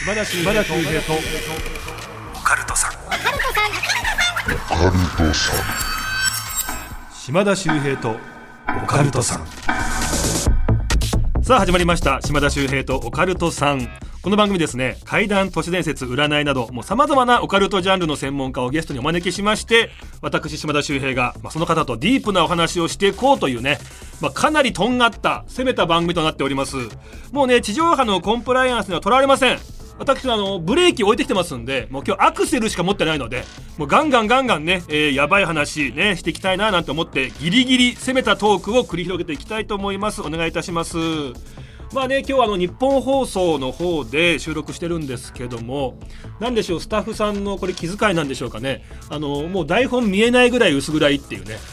島田秀平とオカルトさん。島田秀平とオカルトさん。さあ始まりました、島田秀平とオカルトさん。この番組ですね、怪談、都市伝説、占いなどさまざまなオカルトジャンルの専門家をゲストにお招きしまして、私島田秀平が、その方とディープなお話をしていこうというね、かなりとんがった攻めた番組となっております。もうね、地上波のコンプライアンスにはとらわれません。私はブレーキ置いてきてますんで、もう今日アクセルしか持ってないので、もうガンガンね、やばい話ねしていきたいななんて思って、ギリギリ攻めたトークを繰り広げていきたいと思います。お願いいたします。今日は日本放送の方で収録してるんですけども、なんでしょう、スタッフさんのこれ気遣いなんでしょうかね。もう台本見えないぐらい薄暗いっていうね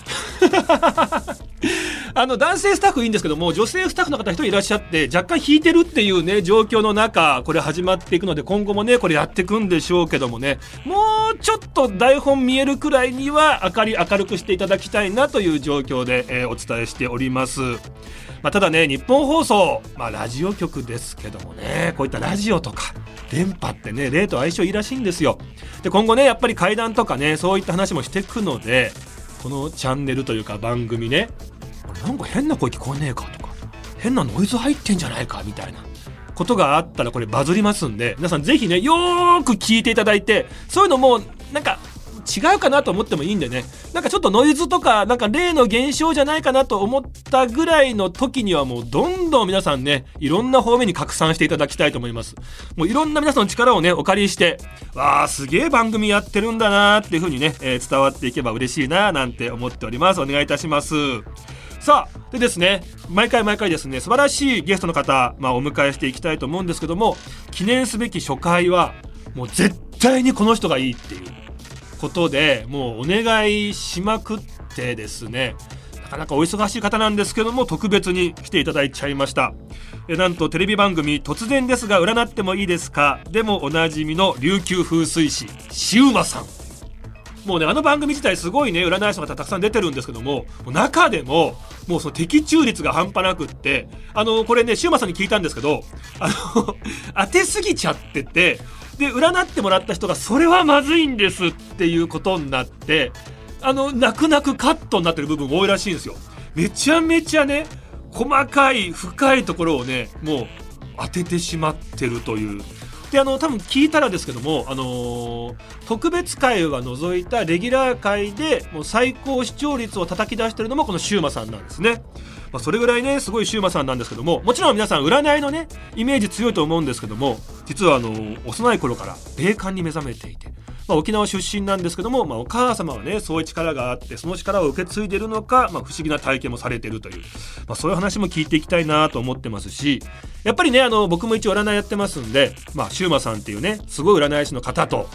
男性スタッフいいんですけども、女性スタッフの方一人いらっしゃって若干引いてるっていうね状況の中、これ始まっていくので、今後もねこれやっていくんでしょうけどもね、もうちょっと台本見えるくらいには明るくしていただきたいなという状況で、お伝えしております。ただね、日本放送、ラジオ局ですけどもね、こういったラジオとか電波ってね、霊と相性いいらしいんですよ。で、今後ねやっぱり怪談とかね、そういった話もしていくので、このチャンネルというか番組ね、なんか変な声聞こえねえかとか、変なノイズ入ってんじゃないかみたいなことがあったら、これバズりますんで、皆さんぜひねよーく聞いていただいて、そういうのもなんか違うかなと思ってもいいんでね、なんかちょっとノイズとかなんか例の現象じゃないかなと思ったぐらいの時には、もうどんどん皆さんね、いろんな方面に拡散していただきたいと思います。もういろんな皆さんの力をねお借りして、わーすげえ番組やってるんだなーっていう風にね、伝わっていけば嬉しいななんて思っております。お願いいたします。さあでですね、毎回ですね、素晴らしいゲストの方、お迎えしていきたいと思うんですけども、記念すべき初回はもう絶対にこの人がいいっていうことで、もうお願いしまくってですね、なかなかお忙しい方なんですけども、特別に来ていただいちゃいました。なんとテレビ番組突然ですが占ってもいいですかでもおなじみの琉球風水師シウマさん。もうね、番組自体すごいね占い師の方たくさん出てるんですけども、中でももうその的中率が半端なくって、これねシウマさんに聞いたんですけど、当てすぎちゃってて、で占ってもらった人がそれはまずいんですっていうことになって、泣く泣くカットになってる部分が多いらしいんですよ。めちゃめちゃね細かい深いところをねもう当ててしまってるという。で多分聞いたらですけども、特別会は除いたレギュラー会でもう最高視聴率を叩き出してるのもこのシウマさんなんですね。それぐらいねすごいシウマさんなんですけども、もちろん皆さん占いのねイメージ強いと思うんですけども、実は幼い頃から霊感に目覚めていて、沖縄出身なんですけども、お母様はねそういう力があって、その力を受け継いでいるのか、不思議な体験もされているという、そういう話も聞いていきたいなと思ってますし、やっぱりね僕も一応占いやってますんで、シウマさんっていうねすごい占い師の方と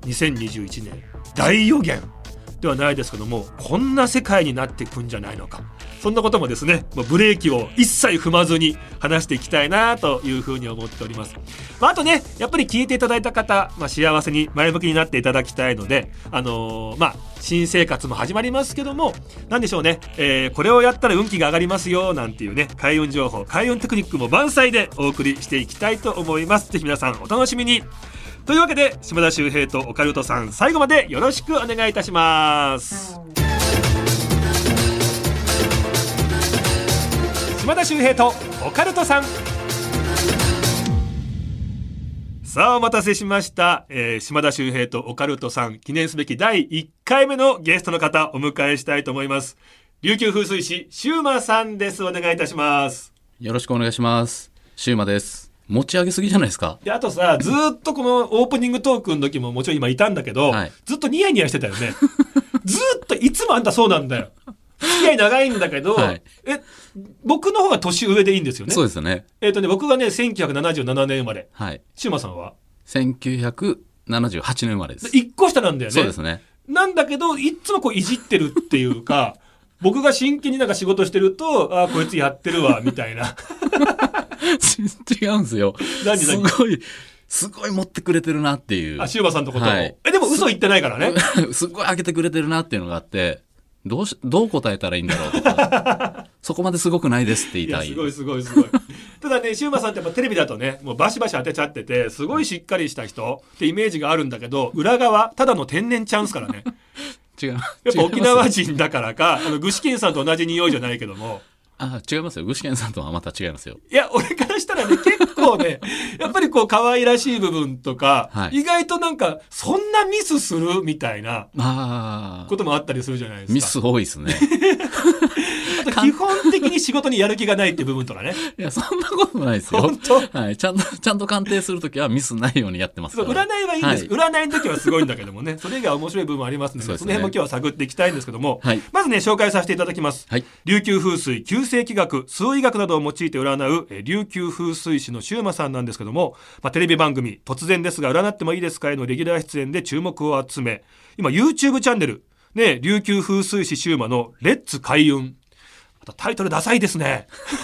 2021年大予言ではないですけども、こんな世界になっていくんじゃないのか、そんなこともですね、ブレーキを一切踏まずに話していきたいなというふうに思っております。あとねやっぱり聞いていただいた方、幸せに前向きになっていただきたいので、新生活も始まりますけども、なんでしょうね、これをやったら運気が上がりますよなんていうね開運情報、開運テクニックも満載でお送りしていきたいと思います。ぜひ皆さんお楽しみに。というわけで島田秀平とオカルトさん、最後までよろしくお願いいたします。島田秀平とオカルトさん。さあお待たせしました、島田秀平とオカルトさん、記念すべき第1回目のゲストの方お迎えしたいと思います。琉球風水師シウマさんです。お願いいたします。 よろしくお願いします。シウマです。持ち上げすぎじゃないですか。 であとさ、ずっとこのオープニングトークの時ももちろん今いたんだけど、ずっとニヤニヤしてたよねずっといつもあんたそうなんだよ。付き合い長いんだけど、僕の方が年上でいいんですよね。 そうですよね。 僕がね1977年生まれ、シウマさんは 1978年生まれです。 1個下なんだよね。 そうですね。 なんだけどいつもこういじってるっていうか僕が真剣になんか仕事してると、こいつやってるわみたいな違うんですよ。すごい持ってくれてるなっていう。 シウマさんのことを、でも嘘言ってないからねすごい上げてくれてるなっていうのがあって、どう答えたらいいんだろうとかそこまですごくないですって言いたい。 すごいただね、シウマさんってやっぱテレビだとね、もうバシバシ当てちゃってて、すごいしっかりした人ってイメージがあるんだけど、裏側、ただの天然チャンスからね。 違う。やっやっぱ沖縄人だからか、具志堅さんと同じ匂いじゃないけども。 違いますよ。具志堅さんとはまた違いますよ。 いや、俺からしたらね、結構ね、やっぱりこう、可愛らしい部分とか、 はい、 意外となんか、そんなミスするみたいなこともあったりするじゃないですか。 ミス多いですね。 あと基本的に仕事にやる気がないっていう部分とかね。 いや、そんなこともないですよ。 本当？ はい。ちゃんと鑑定するときはミスないようにやってますから。 そう、占いはいいんです。はい、占いの時はすごいんだけどもね、それ以外面白い部分ありますので、その辺も今日は探っていきたいんですけども、はい、まずね、紹介させていただきます。はい、琉球風水、旧世紀学、数医学などを用いて占う、琉球風水師のシウマさんなんですけども、テレビ番組、突然ですが占ってもいいですかへのレギュラー出演で注目を集め、今 YouTube チャンネル、ね、琉球風水師シウマのレッツ開運。タイトルダサいですね。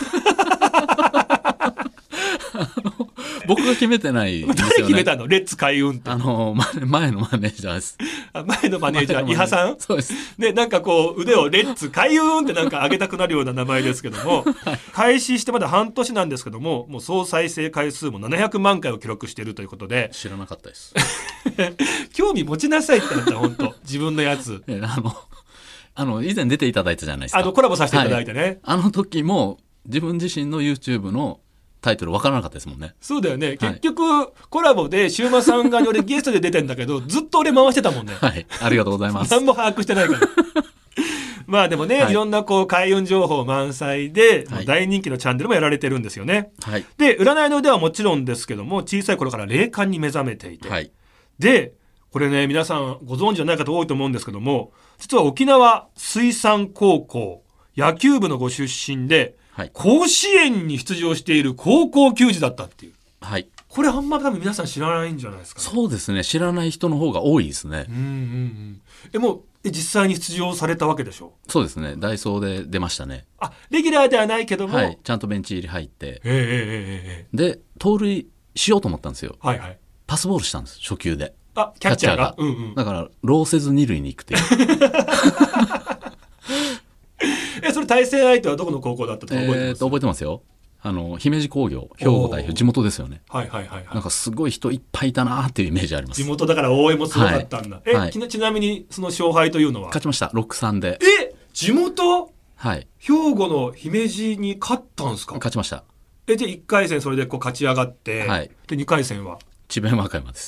僕が決めてないですよね。 誰決めたの？レッツ開運って。 前のマネージャーです。 前のマネージャー、伊波さん？ そうです。 で、なんかこう、腕をレッツ開運ってなんか上げたくなるような名前ですけども、開始してまだ半年なんですけども、もう総再生回数も700万回を記録しているということで。 知らなかったです。 興味持ちなさいって言ったら、本当自分のやつ。 以前出ていただいたじゃないですか。 コラボさせていただいてね。はい、 あの時も自分自身の YouTube のタイトル分からなかったですもんね。 そうだよね。結局、コラボでシウマさんが俺ゲストで出てんだけど、ずっと俺回してたもんね。 はい。ありがとうございます。 何も把握してないから。まあでもね、はい、いろんなこう開運情報満載で、はい、大人気のチャンネルもやられてるんですよね。はい、で、占いの腕はもちろんですけども、小さい頃から霊感に目覚めていて。はい、で、これね、皆さんご存知じゃない方多いと思うんですけども、実は沖縄水産高校野球部のご出身で、はい、甲子園に出場している高校球児だったっていう。はい。これあんま多分皆さん知らないんじゃないですか、ね。 そうですね。知らない人の方が多いですね。 もう実際に出場されたわけでしょ？ そうですね。ダイソーで出ましたね。 レギュラーではないけども、 はい、ちゃんとベンチ入り入って、で盗塁しようと思ったんですよ。はいはい。パスボールしたんです。初球で。 キャッチャーが。 だから労せず二塁に行くっていう。 それ対戦相手はどこの高校だったと覚えてます？ 覚えてますよ。姫路工業、兵庫代表、地元ですよね。 はいはいはい、はい。 なんかすごい人いっぱいいたなっていうイメージあります。 地元だから応援もすごかったんだ。はい、ちなみにその勝敗というのは？ 勝ちました。6-3で。 地元？ はい。 兵庫の姫路に勝ったんですか？ 勝ちました。 で1回戦それでこう勝ち上がって、はい、で2回戦は？ 智弁和歌山です。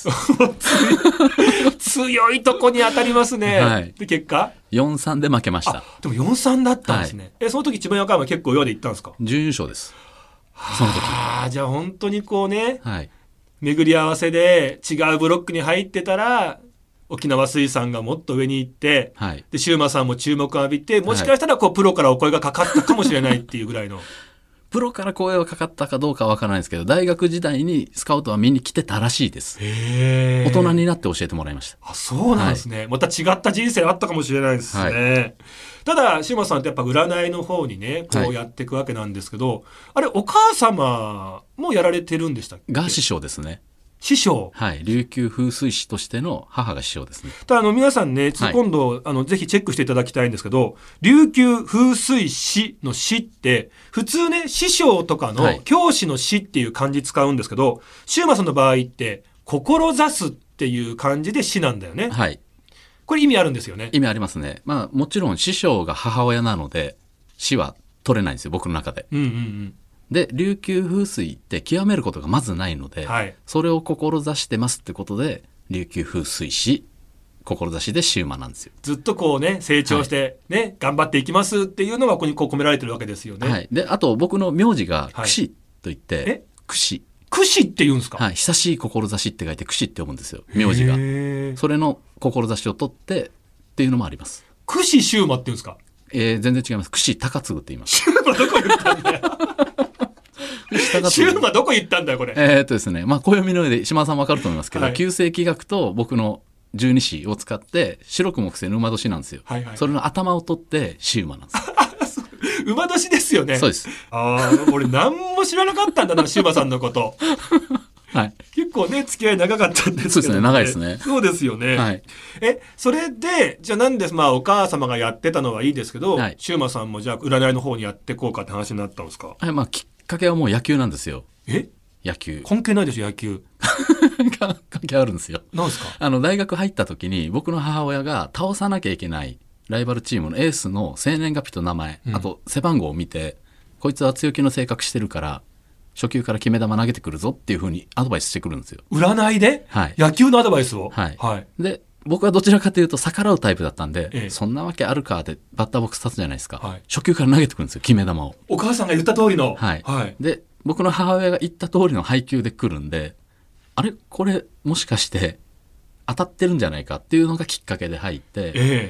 強いとこに当たりますね。はい、で結果 4-3 で負けました。 でも 4-3 だったんですね。はい、その時智弁和歌山結構上で行ったんですか？ 準優勝です。その時。 じゃあ本当にこうね、はい、巡り合わせで違うブロックに入ってたら沖縄水産がもっと上に行って、はい、でシウマさんも注目を浴びて、もしかしたらこうプロからお声がかかったかもしれないっていうぐらいの。 プロから声がかかったかどうかは分からないですけど、大学時代にスカウトは見に来てたらしいです。大人になって教えてもらいました。 そうなんですね。はい、また違った人生あったかもしれないですね。はい、ただシウマさんってやっぱ占いの方にねこうやっていくわけなんですけど、はい、あれお母様もやられてるんでしたっけ？ が師匠ですね。 師匠。 はい。琉球風水師としての母が師匠ですね。 皆さんね、今度、ぜひチェックしていただきたいんですけど、琉球風水師の師って、普通ね、師匠とかの教師の師っていう漢字使うんですけど、シウマさんの場合って、志すっていう漢字で師なんだよね。はい。これ意味あるんですよね。 意味ありますね。まあ、もちろん師匠が母親なので、師は取れないんですよ、僕の中で。で、琉球風水って極めることがまずないので、はい、それを志してますってことで、琉球風水師、志でシウマなんですよ。 ずっとこうね、成長してね、はい、頑張っていきますっていうのがここにこう込められてるわけですよね。 はい。で、あと僕の名字が櫛といって、櫛。 櫛って言うんですか？ はい。久しい志って書いて櫛って読むんですよ、名字が。それの志を取ってっていうのもあります。 櫛シウマって言うんですか？ 全然違います。櫛高次って言います。 シウマどこ言ったんだよ。シウマどこ行ったんだよこれ。 ですね、まあ暦の上で島田さん分かると思いますけど、はい、旧世紀学と僕の十二支を使って白く木星の馬年なんですよ。はいはい、それの頭を取ってシウマなんです。 馬年ですよね。 そうです。 俺何も知らなかったんだなシウマさんのこと。はい、結構ね付き合い長かったんですけど、ね、 そうですね、長いですね。 そうですよね。はい、それでじゃあなんでお母様がやってたのはいいですけど、はい、シウマさんもじゃあ占いの方にやっていこうかって話になったんですか？ はい、きっかけはもう野球なんですよ。野球関係ないでしょ野球関係あるんですよ。 なんですか？ 大学入った時に僕の母親が倒さなきゃいけないライバルチームのエースの生年月日と名前、あと背番号を見て、こいつは強気の性格してるから初球から決め球投げてくるぞっていう風にアドバイスしてくるんですよ。 占いで、 はい、 野球のアドバイスを、 はいはい、で僕はどちらかというと逆らうタイプだったんで、そんなわけあるかってバッターボックス立つじゃないですか、はい、初球から投げてくるんですよ、決め球を。 お母さんが言った通りの、 はいはい、で僕の母親が言った通りの配球で来るんで、あれこれもしかして当たってるんじゃないかっていうのがきっかけで入って、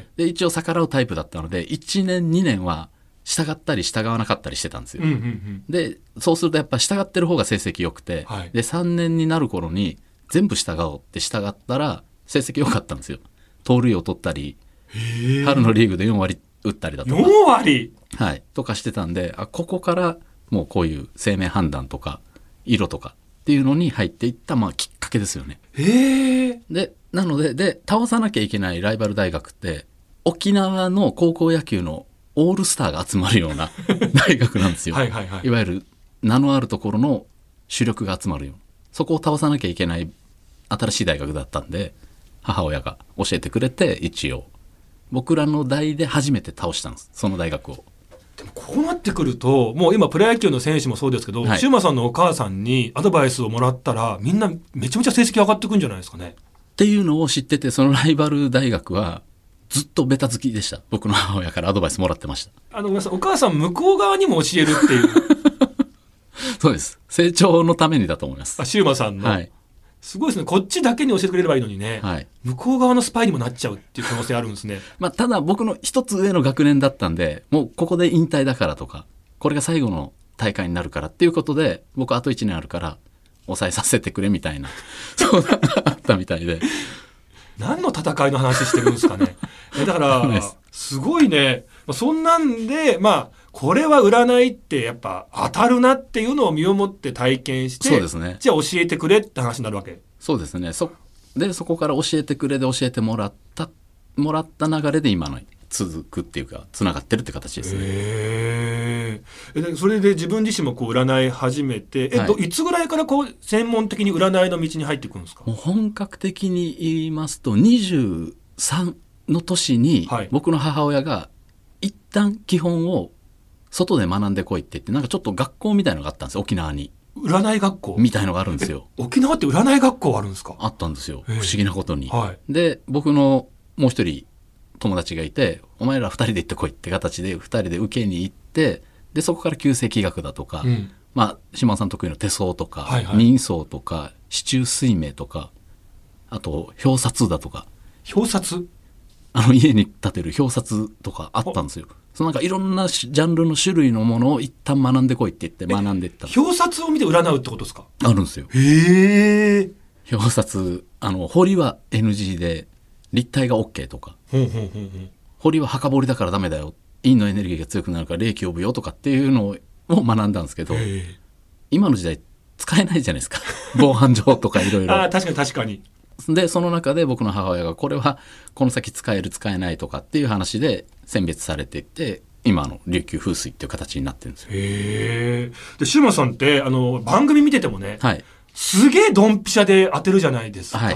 で一応逆らうタイプだったので1年2年は従ったり従わなかったりしてたんですよ、でそうするとやっぱ従ってる方が成績良くて、はい、で3年になる頃に全部従おうって従ったら成績良かったんですよ。盗塁を取ったり春のリーグで4割打ったりだとか 4割、 はい、とかしてたんで、ここからもうこういう生命判断とか色とかっていうのに入っていった、きっかけですよね。でなので倒さなきゃいけないライバル大学って沖縄の高校野球のオールスターが集まるような大学なんですよ。はいはい、はい、いわゆる名のあるところの主力が集まるような、そこを倒さなきゃいけない新しい大学だったんで、母親が教えてくれて一応僕らの代で初めて倒したんです、その大学を。 でもこうなってくるともう今プロ野球の選手もそうですけど、シウマさんのお母さんにアドバイスをもらったらみんなめちゃめちゃ成績上がってくんじゃないですかねっていうのを知ってて、そのライバル大学はずっとベタ好きでした。僕の母親からアドバイスもらってました。ごめんなさい、 お母さん向こう側にも教えるっていうそうです、成長のためにだと思います。 シウマさんの、はい、すごいですね。こっちだけに教えてくれればいいのにね、はい、向こう側のスパイにもなっちゃうっていう可能性あるんですね。 ただ僕の一つ上の学年だったんで、もうここで引退だからとか、これが最後の大会になるからっていうことで、僕あと1年あるから抑えさせてくれみたいなそうあったみたいで何の戦いの話してるんですかねだからすごいね。そんなんでこれは占いってやっぱ当たるなっていうのを身をもって体験して、 そうですね、 じゃあ教えてくれって話になるわけ。 そうですね。そこから教えてくれで教えてもらった流れで今の続くっていうかつながってるって形ですね。 それで自分自身もこう占い始めて、いつぐらいからこう専門的に占いの道に入っていくんですか？ もう本格的に言いますと23の年に僕の母親が一旦基本を外で学んでこいって言って、なんかちょっと学校みたいのがあったんですよ、沖縄に。 占い学校みたいのがあるんですよ。 沖縄って占い学校あるんですか？ あったんですよ、不思議なことに、はい、で僕のもう一人友達がいて、お前ら2人で行ってこいって形で2人で受けに行って、でそこから旧世紀学だとか、島さん得意の手相とか、人相とか四柱推命とか、あと表札だとか。 表札？ 家に建てる表札とかあったんですよ。なんかいろんなジャンルの種類のものを一旦学んでこいって言って学んでいった。 表札を見て占うってことですか？ あるんですよ。表札、彫りは NG で立体が OK とか、彫りは墓彫りだからダメだよ、陰のエネルギーが強くなるから霊気呼ぶよとかっていうのを学んだんですけど、今の時代使えないじゃないですか防犯上とかいろいろ。 確かに。 でその中で僕の母親がこれはこの先使える使えないとかっていう話で選別されていって、今の琉球風水っていう形になってるんですよ。 でシウマさんって番組見ててもね、はい、すげえドンピシャで当てるじゃないですか、はい、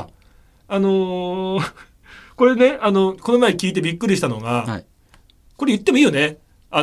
これねこの前聞いてびっくりしたのが、はい、これ言ってもいいよね。あ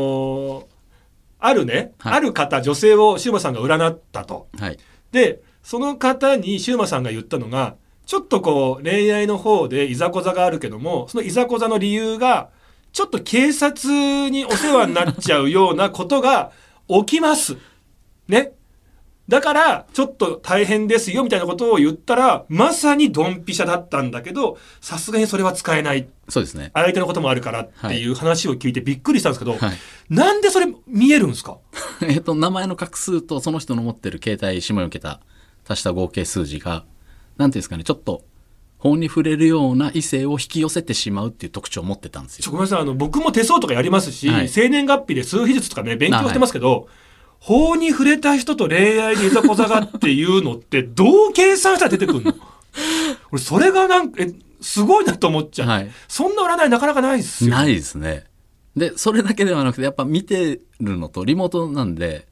るね、はい、ある方女性をシウマさんが占ったと、はい、でその方にシウマさんが言ったのが、ちょっとこう恋愛の方でいざこざがあるけども、そのいざこざの理由がちょっと警察にお世話になっちゃうようなことが起きますね。だからちょっと大変ですよみたいなことを言ったら、まさにドンピシャだったんだけど、さすがにそれは使えない。 そうですね。 相手のこともあるからっていう話を聞いてびっくりしたんですけど、はい、なんでそれ見えるんですか？ 名前の画数とその人の持ってる携帯下4桁足した合計数字が、なんていうんですかね、ちょっと法に触れるような異性を引き寄せてしまうっていう特徴を持ってたんですよ。 ごめんなさい、僕も手相とかやりますし、はい、生年月日で数秘術とかね勉強してますけど、法に触れた人と恋愛でいざこざがっていうのってどう計算したら出てくるの俺それがすごいなと思っちゃう、はい、そんな占いなかなかないですよ。 ないですね。でそれだけではなくて、やっぱ見てるのとリモートなんで、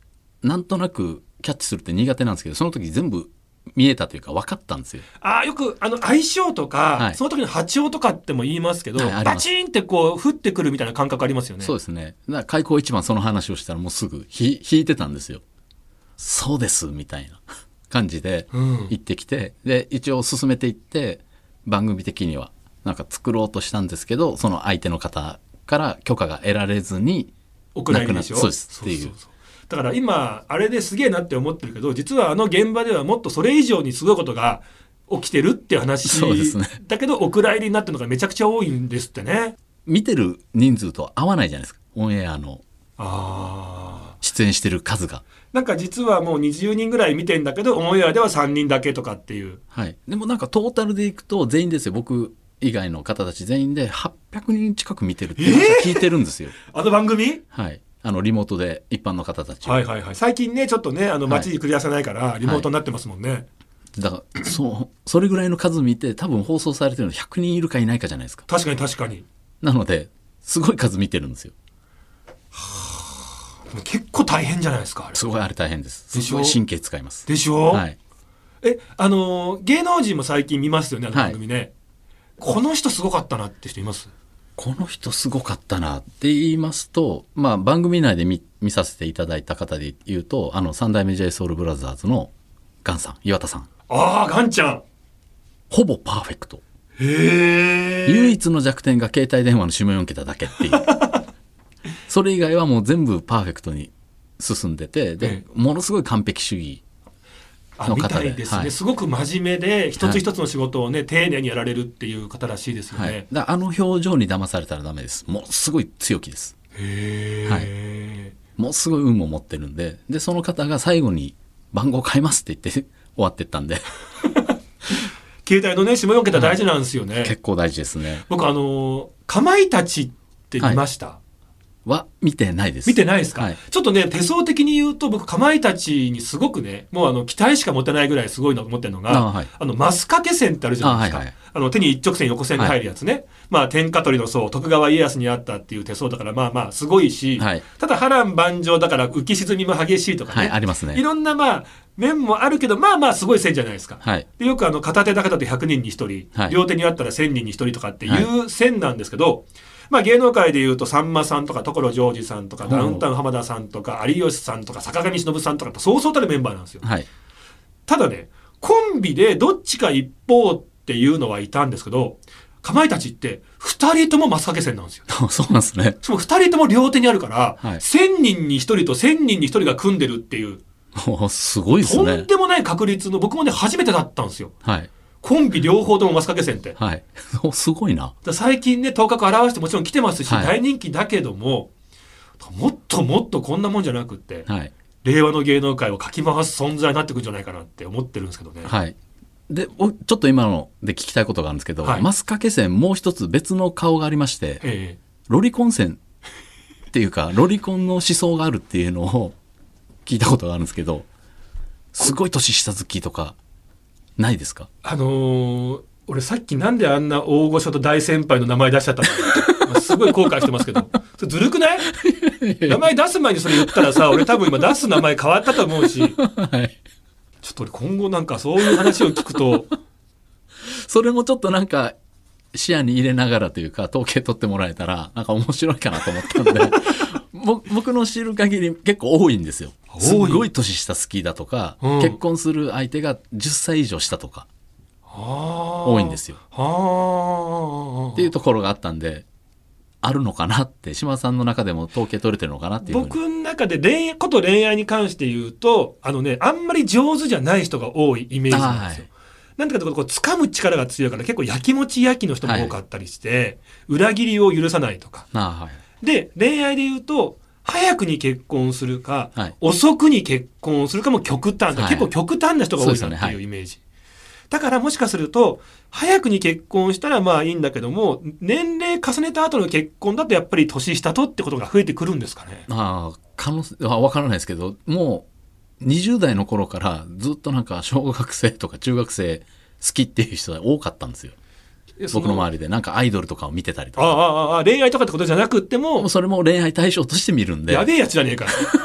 なんとなくキャッチするって苦手なんですけど、その時全部見えたというか分かったんですよ。 よく相性とか、はい、その時の波長とかっても言いますけど、はい、バチンってこう降ってくるみたいな感覚ありますよね。 そうですね。だから開口一番その話をしたらもうすぐ引いてたんですよ。そうですみたいな感じで行ってきて、で一応進めていって、番組的にはなんか作ろうとしたんですけど、その相手の方から許可が得られずにお蔵入りでしょ。 そうですっていう。そうそうそう。 だから今あれですげえなって思ってるけど、実は現場ではもっとそれ以上にすごいことが起きてるっていう話だけど、お蔵入りになってるのがめちゃくちゃ多いんですってね。 見てる人数と合わないじゃないですか、オンエアの出演してる数が。 なんか実はもう20人ぐらい見てんだけど、オンエアでは3人だけとかっていう。 はい。でもなんかトータルでいくと全員ですよ、僕以外の方たち全員で800人近く見てるって聞いてるんですよ。 あの番組？ はい。リモートで一般の方たち。 はいはいはい。最近ねちょっとね街に繰り出せないからリモートになってますもんね。はい、 だからそれぐらいの数見て、多分放送されてるの100人いるかいないかじゃないですか。 確かに確かに。 なのですごい数見てるんですよ。 はあ、結構大変じゃないですか。 すごいあれ大変です。すごい神経使います。 でしょ。 はい。 芸能人も最近見ますよね、あの番組ね。はい、この人すごかったなって人います？ この人すごかったなって言いますと、まあ番組内で 見させていただいた方で言うと、三代目 JSOULBROTHERS のガンさん、岩田さん。 ああ、ガンちゃん。 ほぼパーフェクト。 へえ。 唯一の弱点が携帯電話の下4桁だけっていう。それ以外はもう全部パーフェクトに進んでて、でものすごい完璧主義の方で。 みたいですね、はい、すごく真面目で一つ一つの仕事をね、はい、丁寧にやられるっていう方らしいですよね。はい、 だ表情に騙されたらダメです。もうすごい強気です。 へえ、 はい。もうすごい運も持ってるんで、その方が最後に番号変えますって言って終わってったんで。 携帯のね下4桁大事なんですよね。 結構大事ですね。 僕かまいたちって見ました？ は見てないです。 見てないですか？ はい、 ちょっとね手相的に言うと僕かまいたちにすごくねもう期待しか持てないぐらいすごいなと思ってるのが、はい、マスカケ線ってあるじゃないですか。はいはい、手に一直線横線に入るやつね、はい、まあ天下取りの僧徳川家康にあったっていう手相だからまあまあすごいし、はい、ただ波乱万丈だから浮き沈みも激しいとかね、 はい、ありますね。 いろんなまあ面もあるけどまあまあすごい線じゃないですか。はい、でよく片手だけだと100人に1人、はい、両手にあったら1000人に1人とかっていう線なんですけど、はい、まあ、芸能界でいうとさんまさんとか所ジョージさんとかダウンタウン浜田さんとか有吉さんとか坂上忍さんとかってそうそうたるメンバーなんですよ。はい、ただねコンビでどっちか一方っていうのはいたんですけど、かまいたちって2人ともマスカケ線なんですよ。 そうなんですね。 しかも2人とも両手にあるから、はい、1000人に1人と1000人に1人が組んでるっていうすごいですね。 とんでもない確率の、僕もね初めてだったんですよ。 はい、 コンビ両方ともマスカケ線って。 はい。すごいな。 最近ね、頭角現してもちろん来てますし、 はい、 大人気だけども、もっともっとこんなもんじゃなくって、 はい、 令和の芸能界をかき回す存在になってくるんじゃないかなって思ってるんですけどね。 はい。で、ちょっと今ので聞きたいことがあるんですけど、はい、マスカケ線もう一つ別の顔がありまして、ロリコン線っていうか、ロリコンの思想があるっていうのを聞いたことがあるんですけど、すごい年下好きとか、ないですか？ 俺さっきなんであんな大御所と大先輩の名前出しちゃったのすごい後悔してますけど、それずるくない？名前出す前にそれ言ったらさ、俺多分今出す名前変わったと思うし、はい、ちょっと俺今後なんかそういう話を聞くとそれもちょっとなんか視野に入れながらというか統計取ってもらえたらなんか面白いかなと思ったんで僕の知る限り結構多いんですよ。すごい年下好きだとか、うん、結婚する相手が10歳以上下とか多いんですよ。っていうところがあったんで、あるのかなって、島さんの中でも統計取れてるのかなっていう。 僕の中で恋愛に関して言うとあんまり上手じゃない人が多いイメージなんですよ。なんていうかこう掴む力が強いから結構やきもち焼きの人も多かったりして、はい、裏切りを許さないとか、 はい、 で恋愛で言うと早くに結婚するか、はい、遅くに結婚するかも極端だ、はい、結構極端な人が多いなっていうイメージ、だからもしかすると早くに結婚したらまあいいんだけども、年齢重ねた後の結婚だとやっぱり年下とってことが増えてくるんですかね。 可能性は分からないですけど、もう20代の頃からずっとなんか小学生とか中学生好きっていう人が多かったんですよ。僕の周りでなんかアイドルとかを見てたりとか。 恋愛とかってことじゃなくってもそれも恋愛対象として見るんで。 やべえやつじゃねえか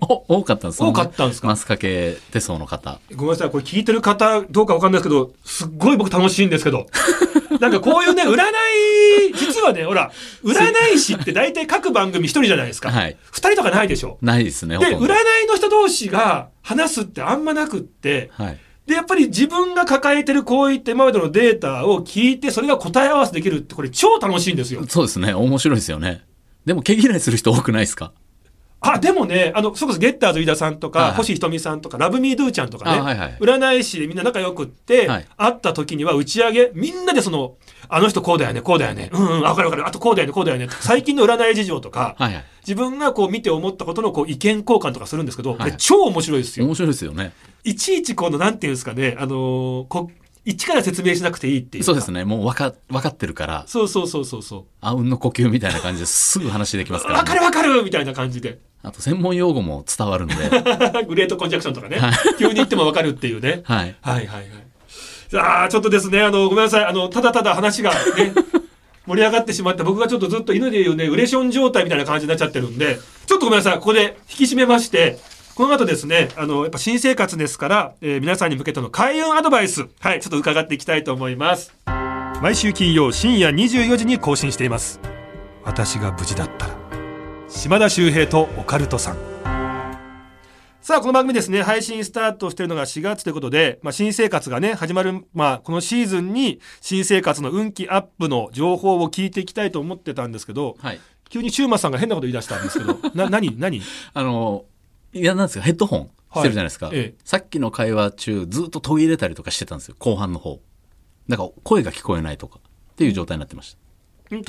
多かったんです多かったんですか。 マスカケ手相の方。 ごめんなさい、これ聞いてる方どうかわかんないですけど、すっごい僕楽しいんですけどなんかこういうね、占い、実はね、ほら、占い師って大体各番組一人じゃないですか。 はい。 二人とかないでしょ。 ないですね。 で、占いの人同士が話すってあんまなくって、 はい。 で、やっぱり自分が抱えてるこういった今までのデータを聞いて、それが答え合わせできるって、これ超楽しいんですよ。 そうですね。面白いですよね。でも毛嫌いする人多くないですか？ でもね、それこそゲッターズ飯田さんとか、 はいはい、 星ひとみさんとか、ラブミードゥちゃんとかね、 はいはい、 占い師でみんな仲良くって、 はい、 会った時には打ち上げ、みんなであの人こうだよね、こうだよね、わかるわかる、あとこうだよね、こうだよね、最近の占い事情とか、 はいはい、 自分がこう見て思ったことのこう意見交換とかするんですけど、 はい、 これ超面白いですよ。 面白いですよね。 いちいちなんていうんですかね、一から説明しなくていいっていうか。 そうですね。もう分かってるから。 そう。 あうんの呼吸みたいな感じですぐ話できますから、ね。 わかるみたいな感じで。 あと専門用語も伝わるんで。 グレートコンジャクションとかね。急に言っても分かるっていうね。 はい。 さあ、ちょっとですね、ごめんなさい。ただただ話がね、盛り上がってしまって、僕がちょっとずっと犬でいうね、ウレション状態みたいな感じになっちゃってるんで、ちょっとごめんなさい。ここで引き締めまして、この後ですね、やっぱ新生活ですから、皆さんに向けての開運アドバイス、はい、ちょっと伺っていきたいと思います。毎週金曜深夜24時に更新しています。私が無事だったら。島田秀平とオカルトさん。さあ、この番組ですね、配信スタートしているのが4月ということで、新生活がね、始まる、このシーズンに新生活の運気アップの情報を聞いていきたいと思ってたんですけど、 はい、 急にシューマさんが変なこと言い出したんですけど、何いや、なんですか、ヘッドホンしてるじゃないですか、 はい。 さっきの会話中ずっと途切れたりとかしてたんですよ、後半の方。だから声が聞こえないとかっていう状態になってました。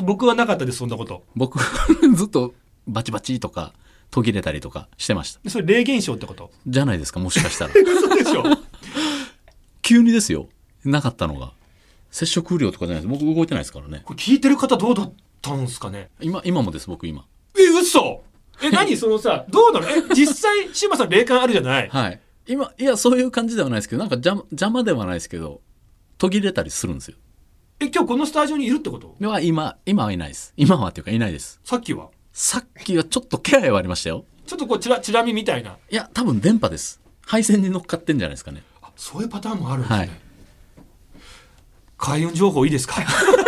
僕はなかったです、そんなこと。 僕ずっとバチバチとか途切れたりとかしてました。 それ霊現象ってことじゃないですか、もしかしたら。 嘘でしょ急にですよ、なかったのが。接触不良とかじゃないです。僕動いてないですからね。 これ聞いてる方どうだったんですかね。 今もです、僕今。 嘘何どうなの実際、シウマさん霊感あるじゃない。 はい。いや、そういう感じではないですけど、なんか邪魔ではないですけど、途切れたりするんですよ。 今日このスタジオにいるってこと？ 今はいないです。今はっていうかいないです。 さっきはちょっと気配はありましたよ。 ちょっとこうチラ見みたいな。 いや、多分電波です。配線に乗っかってんじゃないですかね。 そういうパターンもあるんですね。 はい、 開運情報いいですか？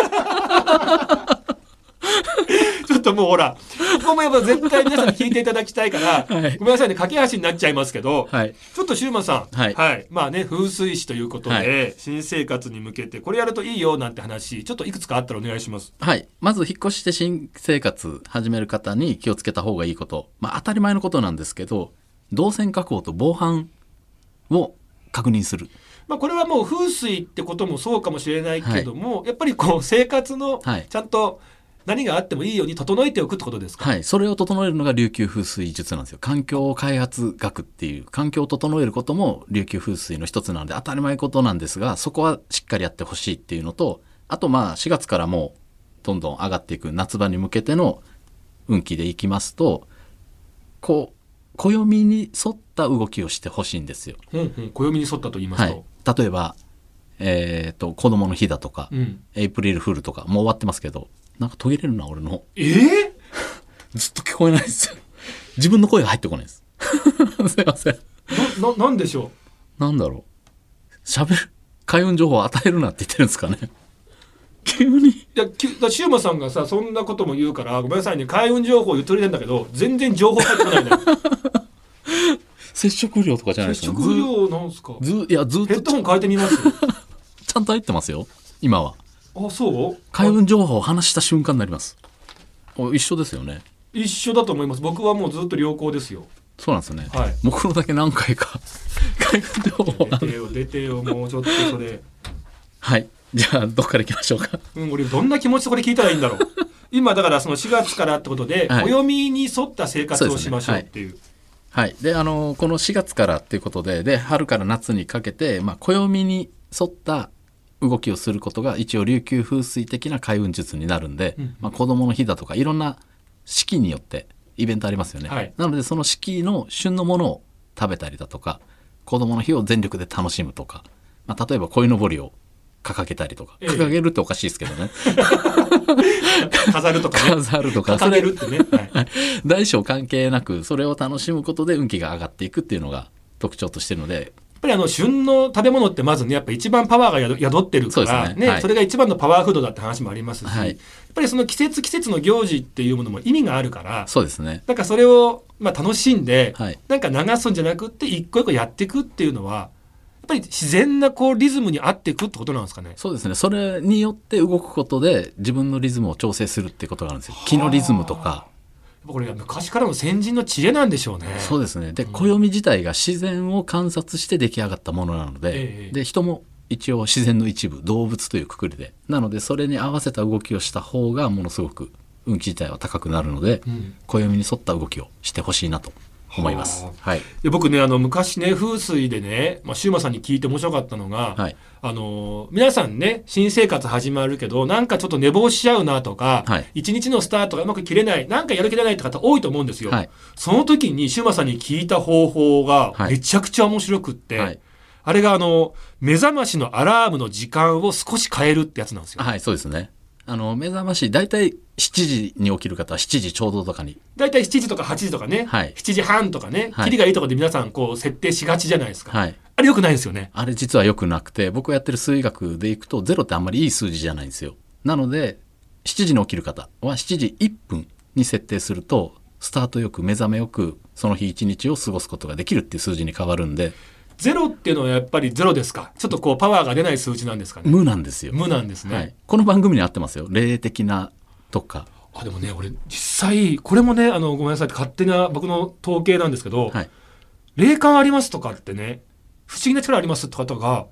ちょっともうほら、ここもやっぱ絶対皆さんに聞いていただきたいから、 はい、 ごめんなさいね、駆け足になっちゃいますけど、 はい、 ちょっとシューマンさん、 はい、 風水師ということで、 はい、 新生活に向けてこれやるといいよなんて話、ちょっといくつかあったらお願いします。 はい。まず引っ越して新生活始める方に気をつけた方がいいこと、当たり前のことなんですけど、動線確保と防犯を確認する。 これはもう風水ってこともそうかもしれないけども、やっぱりこう生活のちゃんと何があってもいいように整えておくってことですか？ はい、それを整えるのが琉球風水術なんですよ。環境開発学っていう、環境を整えることも琉球風水の一つなので当たり前ことなんですが、そこはしっかりやってほしいっていうのと、あと4月からもうどんどん上がっていく夏場に向けての運気でいきますと、暦に沿った動きをしてほしいんですよ。 暦に沿ったと言いますと、 はい、例えば、子供の日だとか、エイプリルフールとかもう終わってますけど、なんか途切れるな俺の。ずっと聞こえないですよ。自分の声が入ってこないです。すいません。 なんでしょう。なんだろう。喋る開運情報を与えるなって言ってるんですかね。急に。 いや、シューマさんがさ、そんなことも言うから、ごめんなさいね、開運情報言っとりたいんだけど、全然情報入ってこないんだよ。 接触不良とかじゃないですか。 接触不良なんすか？ ずっと。ヘッドホン変えてみますちゃんと入ってますよ、今は。 そう？ 開運情報を話した瞬間になります。一緒ですよね。 一緒だと思います。僕はもうずっと良好ですよ。 そうなんですね。 はい。 僕のだけ何回か開運情報出てよ、もうちょっとそれ。 はい。じゃあどっから行きましょうか。 俺どんな気持ちでこれ聞いたらいいんだろう。今だからその4月からってことで、暦に沿った生活をしましょうっていう。 はい。で、この4月からっていうことで、春から夏にかけて、暦に沿った動きをすることが一応琉球風水的な開運術になるんで、子供の日だとかいろんな四季によってイベントありますよね。 はい、 なのでその四季の旬のものを食べたりだとか、子供の日を全力で楽しむとか、例えば鯉のぼりを掲げたりとか、掲げるっておかしいですけどね飾るとかね。 飾るとか。 掲げるってね。はい、 大小関係なく、それを楽しむことで運気が上がっていくっていうのが特徴としてるので。 やっぱり旬の食べ物ってまずね、やっぱ一番パワーが宿ってるから、ね、それが一番のパワーフードだって話もありますし、はい、やっぱりその季節の行事っていうものも意味があるから、 そうですね。 だからそれを楽しんで、はい、なんか流すんじゃなくって一個一個やっていくっていうのは、やっぱり自然なリズムに合っていくってことなんですかね。 そうですね。それによって動くことで自分のリズムを調整するっていうことがあるんですよ。気のリズムとか。 これは昔からの先人の知恵なんでしょうね。 そうですね。で、暦自体が自然を観察して出来上がったものなので、で、人も一応自然の一部、動物というくくりで、なのでそれに合わせた動きをした方がものすごく運気自体は高くなるので、暦に沿った動きをしてほしいなと思います。はい、 で僕ね、昔ね、風水でね、シウマさんに聞いて面白かったのが、はい、皆さんね、新生活始まるけど、なんかちょっと寝坊しちゃうなとか、はい、一日のスタートがうまく切れない、なんかやる気出ないって方多いと思うんですよ。はい、その時にシウマさんに聞いた方法がめちゃくちゃ面白くって、はい、あれが目覚ましのアラームの時間を少し変えるってやつなんですよ。 はい、そうですね。目覚まし大体7時に起きる方は7時ちょうどとかに大体7時とか8時とかね、はい、7時半とかね、はい、キリがいいところで皆さん設定しがちじゃないですか、はい、あれ良くないんですよね。 あれ実は良くなくて、僕がやってる数学でいくと0ってあんまりいい数字じゃないんですよ。なので7時に起きる方は7時1分に設定するとスタートよく目覚めよくその日一日を過ごすことができるっていう数字に変わるんで。 ゼロっていうのはやっぱりゼロですか？ちょっとパワーが出ない数字なんですかね？ 無なんですよ。 無なんですね、はい、 この番組に合ってますよ。霊的なとか。 でもね、俺実際これもね、ごめんなさい、勝手な僕の統計なんですけど、はい、霊感ありますとかってね、不思議な力ありますって方が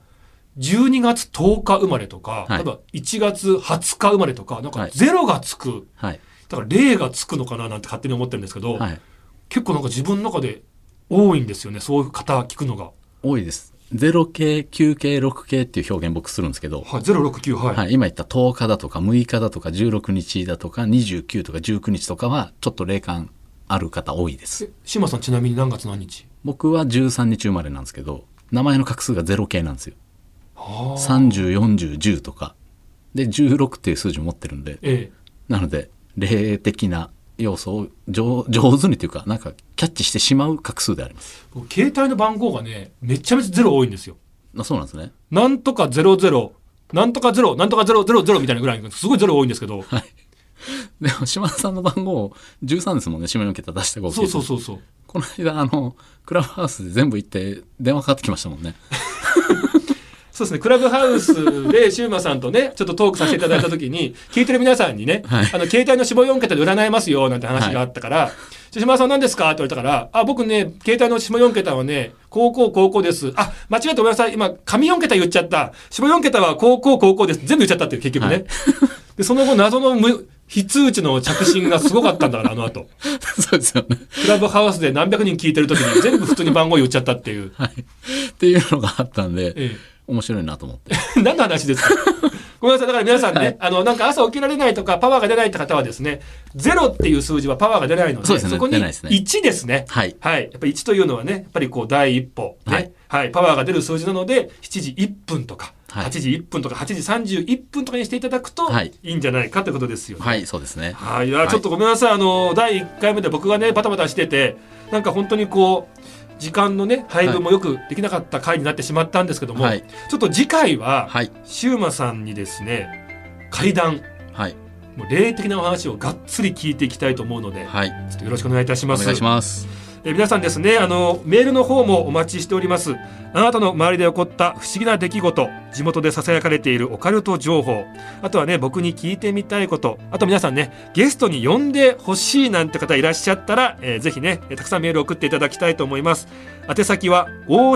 12月10日生まれとか、はい、例えば1月20日生まれとか、なんかゼロがつく、はい、だから霊がつくのかななんて勝手に思ってるんですけど、はい、結構なんか自分の中で多いんですよね、そういう方聞くのが。 多いです。0系、9系、6系っていう表現僕するんですけど、 はい、069、はいはい、今言った10日だとか6日だとか16日だとか29とか19日とかはちょっと霊感ある方多いです。 島さんちなみに何月何日？ 僕は13日生まれなんですけど、名前の画数が0系なんですよ。30、40、10とかで16っていう数字を持ってるんで、なので霊的な要素を上手にというか、なんかキャッチしてしまう画数であります。 携帯の番号がね、めちゃめちゃゼロ多いんですよ。 そうなんですね。 なんとか00、なんとか0、なんとか000みたいなぐらいすごいゼロ多いんですけど、はい、 でも島田さんの番号13ですもんね。下4桁出した合計。 そうこの間クラブハウスで全部行って電話かかってきましたもんね。 そうですね、クラブハウスでシウマさんとねちょっとトークさせていただいた時に聞いてる皆さんにね、はい、携帯の下4桁で占いますよなんて話があったから、はい、シウマさん何ですかって言われたから、僕ね携帯の下4桁はね高校です。間違えてごめんなさい、今上4桁言っちゃった、下4桁は高校です、全部言っちゃったっていう結局ね、はい、でその後謎の非通知の着信がすごかったんだから後そうですよね。 クラブハウスで何百人聞いてる時に全部普通に番号言っちゃったっていう、 はい、っていうのがあったんで、面白いなと思って何の話ですか？ごめんなさい。だから皆さんね、はい、なんか朝起きられないとかパワーが出ないって方はですね、0っていう数字はパワーが出ないので、 そうですね、 そこに1ですね。はい、はい、やっぱり1というのはね、やっぱり第一歩、ね、はいはい、パワーが出る数字なので7時1分とか、はい、8時1分とか8時31分とかにしていただくといいんじゃないかということですよね。 はい、そうですね。 はい、いやちょっとごめんなさい、第1回目で僕がねバタバタしてて、なんか本当に時間のね配分もよくできなかった回になってしまったんですけども、はい、ちょっと次回は、はい、シウマさんにですね怪談、はい、もう霊的なお話をがっつり聞いていきたいと思うので、はい、ちょっとよろしくお願いいたします。 お願いします。 皆さんですね、メールの方もお待ちしております。あなたの周りで起こった不思議な出来事、地元でささやかれているオカルト情報、あとはね僕に聞いてみたいこと、あと皆さんねゲストに呼んでほしいなんて方いらっしゃったら、ぜひねたくさんメールを送っていただきたいと思います。宛先は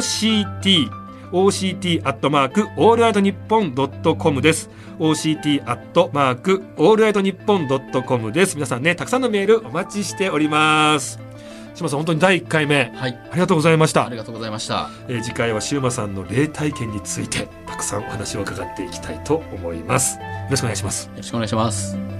OCT@allnightnippon.com です。 OCT@allnightnippon.com です。皆さんねたくさんのメールお待ちしております。シウマさん本当に第1回目、はい、ありがとうございました。 ありがとうございました。 次回はシウマさんの霊体験についてたくさんお話を伺っていきたいと思います。よろしくお願いします。 よろしくお願いします。